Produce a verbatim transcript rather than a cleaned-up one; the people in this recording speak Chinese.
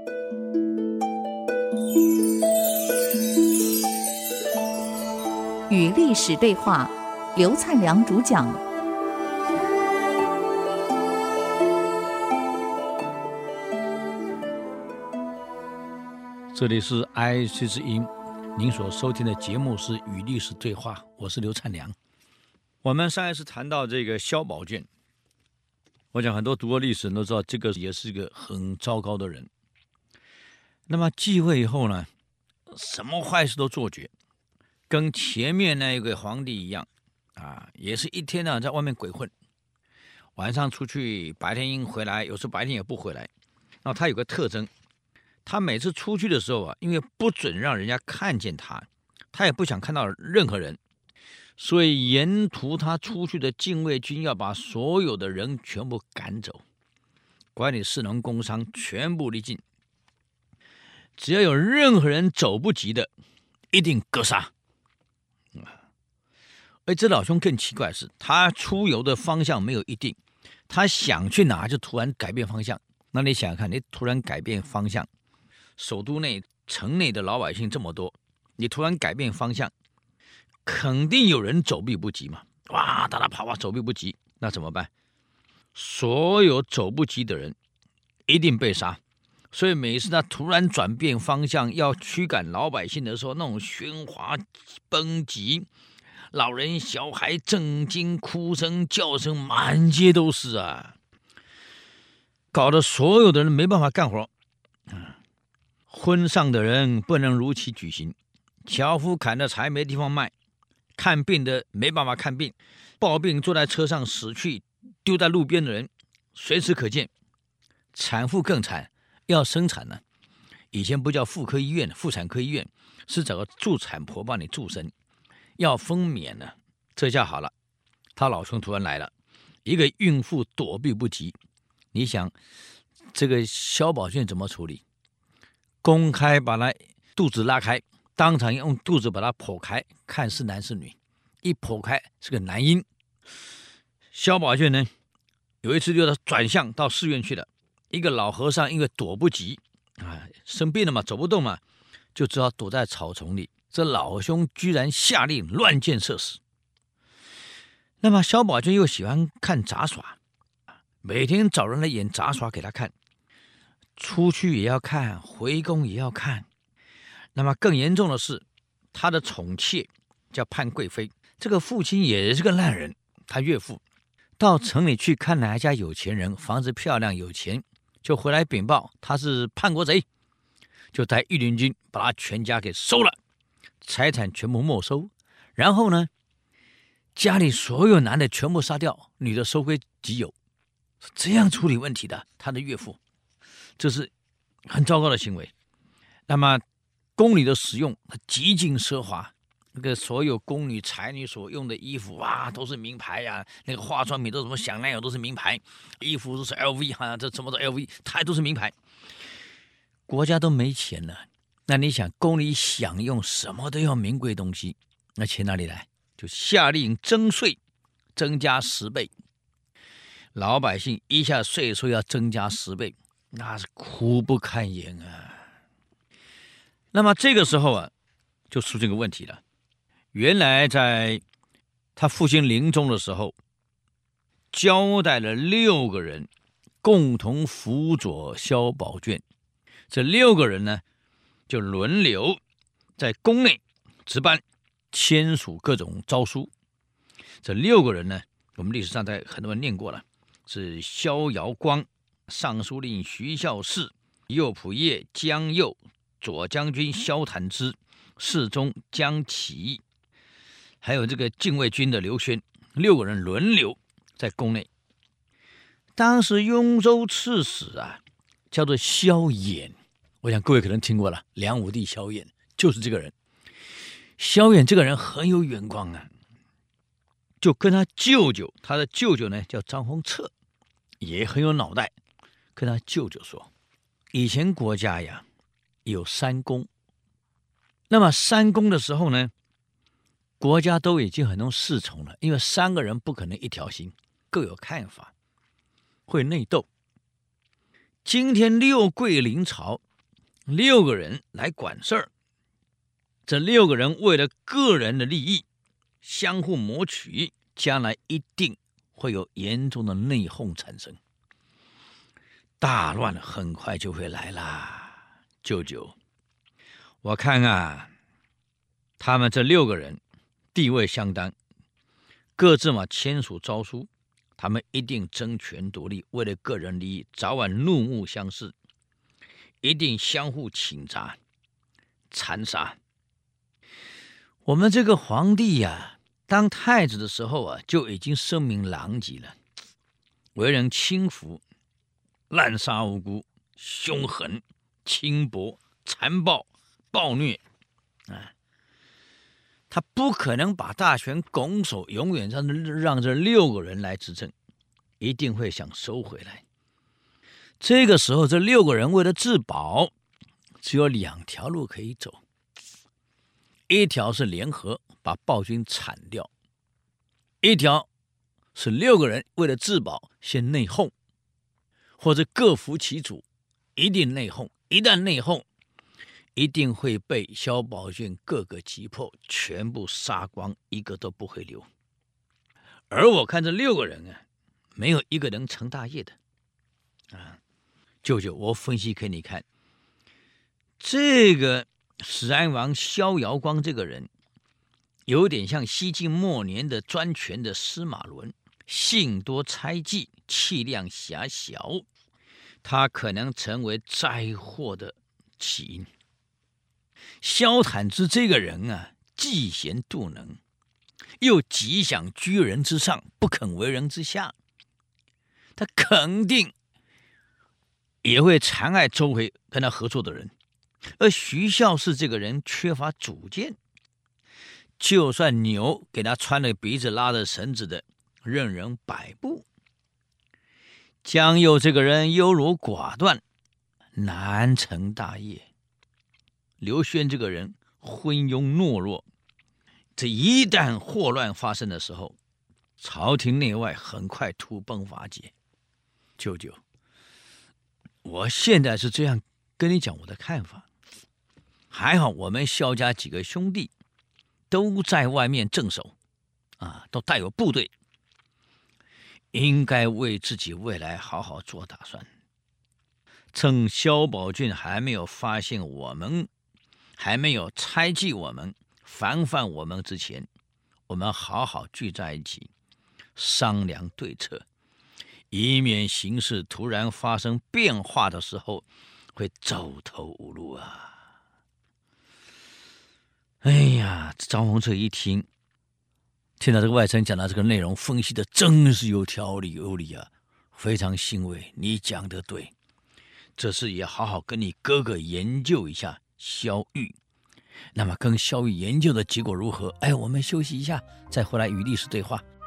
与历史对话，刘灿良主讲。 这里是 I C 之音，您所收听的节目是与历史对话，我是刘灿良。我们上一次谈到这个萧宝卷，我想很多读过历史人都知道，这个也是一个很糟糕的人。那么继位以后呢，什么坏事都做绝，跟前面那一个皇帝一样啊，也是一天呢在外面鬼混，晚上出去，白天回来，有时候白天也不回来。然后他有个特征，他每次出去的时候啊，因为不准让人家看见他，他也不想看到任何人，所以沿途他出去的禁卫军要把所有的人全部赶走，管理士农工商全部离境，只要有任何人走不及的，一定格杀。而这老兄更奇怪的是，他出游的方向没有一定，他想去哪就突然改变方向。那你想想看，你突然改变方向，首都内城内的老百姓这么多，你突然改变方向，肯定有人走避不及嘛！哇，大家跑啊，走避不及，那怎么办？所有走不及的人一定被杀。所以每次他突然转变方向要驱赶老百姓的时候，那种喧哗奔急，老人小孩震惊哭声叫声满街都是啊，搞得所有的人没办法干活。婚丧的人不能如期举行，樵夫砍的柴没地方卖，看病的没办法看病，抱病坐在车上死去丢在路边的人随时可见。产妇更惨，要生产呢，以前不叫妇科医院、妇产科医院，是找个助产婆帮你助生。要分娩呢，这下好了，他老兄突然来了，一个孕妇躲避不及。你想这个萧宝卷怎么处理？公开把他肚子拉开，当场用肚子把他剖开，看是男是女，一剖开是个男婴。萧宝卷呢，有一次就转向到寺院去了，一个老和尚因为躲不及啊，生病了嘛，走不动嘛，就只好躲在草丛里。这老兄居然下令乱箭射死。那么萧宝卷又喜欢看杂耍，每天找人来演杂耍给他看，出去也要看，回宫也要看。那么更严重的是，他的宠妾叫潘贵妃，这个父亲也是个烂人，他岳父到城里去看哪一家有钱人，房子漂亮有钱，就回来禀报他是叛国贼，就带御林军把他全家给收了，财产全部没收，然后呢，家里所有男的全部杀掉，女的收归己有，这样处理问题的他的岳父，这是很糟糕的行为。那么宫里的使用极尽奢华，那个所有宫女才女所用的衣服哇，都是名牌呀、啊，那个化妆品都是什么香奈儿都是名牌，衣服都是 L V 哈、啊，这什么都 L V， 它都是名牌。国家都没钱了，那你想宫里享用什么都要名贵东西，那钱哪里来？就下令征税，增加十倍。老百姓一下税收要增加十倍，那是苦不堪言啊。那么这个时候啊，就出现个问题了。原来在他父亲临终的时候，交代了六个人共同辅佐萧宝卷，这六个人呢，就轮流在宫内值班，签署各种诏书。这六个人呢，我们历史上在很多人念过了，是萧遥光、尚书令徐孝嗣、右仆射江右、左将军萧坦之、侍中江启，还有这个禁卫军的刘轩，六个人轮流在宫内。当时雍州刺史啊，叫做萧衍，我想各位可能听过了，梁武帝萧衍就是这个人。萧衍这个人很有眼光啊，就跟他舅舅，他的舅舅呢叫张弘策，也很有脑袋，跟他舅舅说，以前国家呀有三公，那么三公的时候呢，国家都已经很多侍从了，因为三个人不可能一条心，各有看法，会内斗。今天六贵临朝， 六个人来管事儿，这六个人为了个人的利益相互谋取，将来一定会有严重的内讧产生，大乱很快就会来啦。舅舅，我看啊，他们这六个人地位相当，各自嘛签署诏书，他们一定争权夺利，为了个人利益，早晚怒目相视，一定相互倾轧、残杀。我们这个皇帝呀、啊，当太子的时候啊，就已经声名狼藉了，为人轻浮、滥杀无辜、凶狠、轻薄、残暴、暴虐啊！他不可能把大权拱手，永远让让这六个人来执政，一定会想收回来。这个时候，这六个人为了自保，只有两条路可以走。一条是联合把暴君铲掉，一条是六个人为了自保先内讧，或者各服其主，一定内讧。一旦内讧，一定会被萧宝卷各个击破，全部杀光，一个都不会留。而我看这六个人啊，没有一个能成大业的啊。舅舅，我分析给你看，这个始安王萧遥光这个人，有点像西晋末年的专权的司马伦，性多猜忌，气量狭小，他可能成为灾祸的起因。萧坦之这个人啊，嫉贤妒能，又极想居人之上，不肯为人之下，他肯定也会残害周围跟他合作的人。而徐孝是这个人缺乏主见，就算牛给他穿了鼻子拉着绳子的，任人摆布。江右这个人优柔寡断，难成大业。刘轩这个人昏庸懦弱，这一旦祸乱发生的时候，朝廷内外很快土崩瓦解。舅舅，我现在是这样跟你讲我的看法。还好我们萧家几个兄弟都在外面镇守啊，都带有部队，应该为自己未来好好做打算。趁萧宝卷还没有发现我们，还没有猜忌我们、防范我们之前，我们好好聚在一起商量对策，以免形势突然发生变化的时候会走投无路啊！哎呀，张宏彻一听，听到这个外甥讲到这个内容，分析的真是有条理有理啊，非常欣慰。你讲的对，这次也好好跟你哥哥研究一下萧玉。那么跟萧玉研究的结果如何？哎，我们休息一下，再回来与历史对话。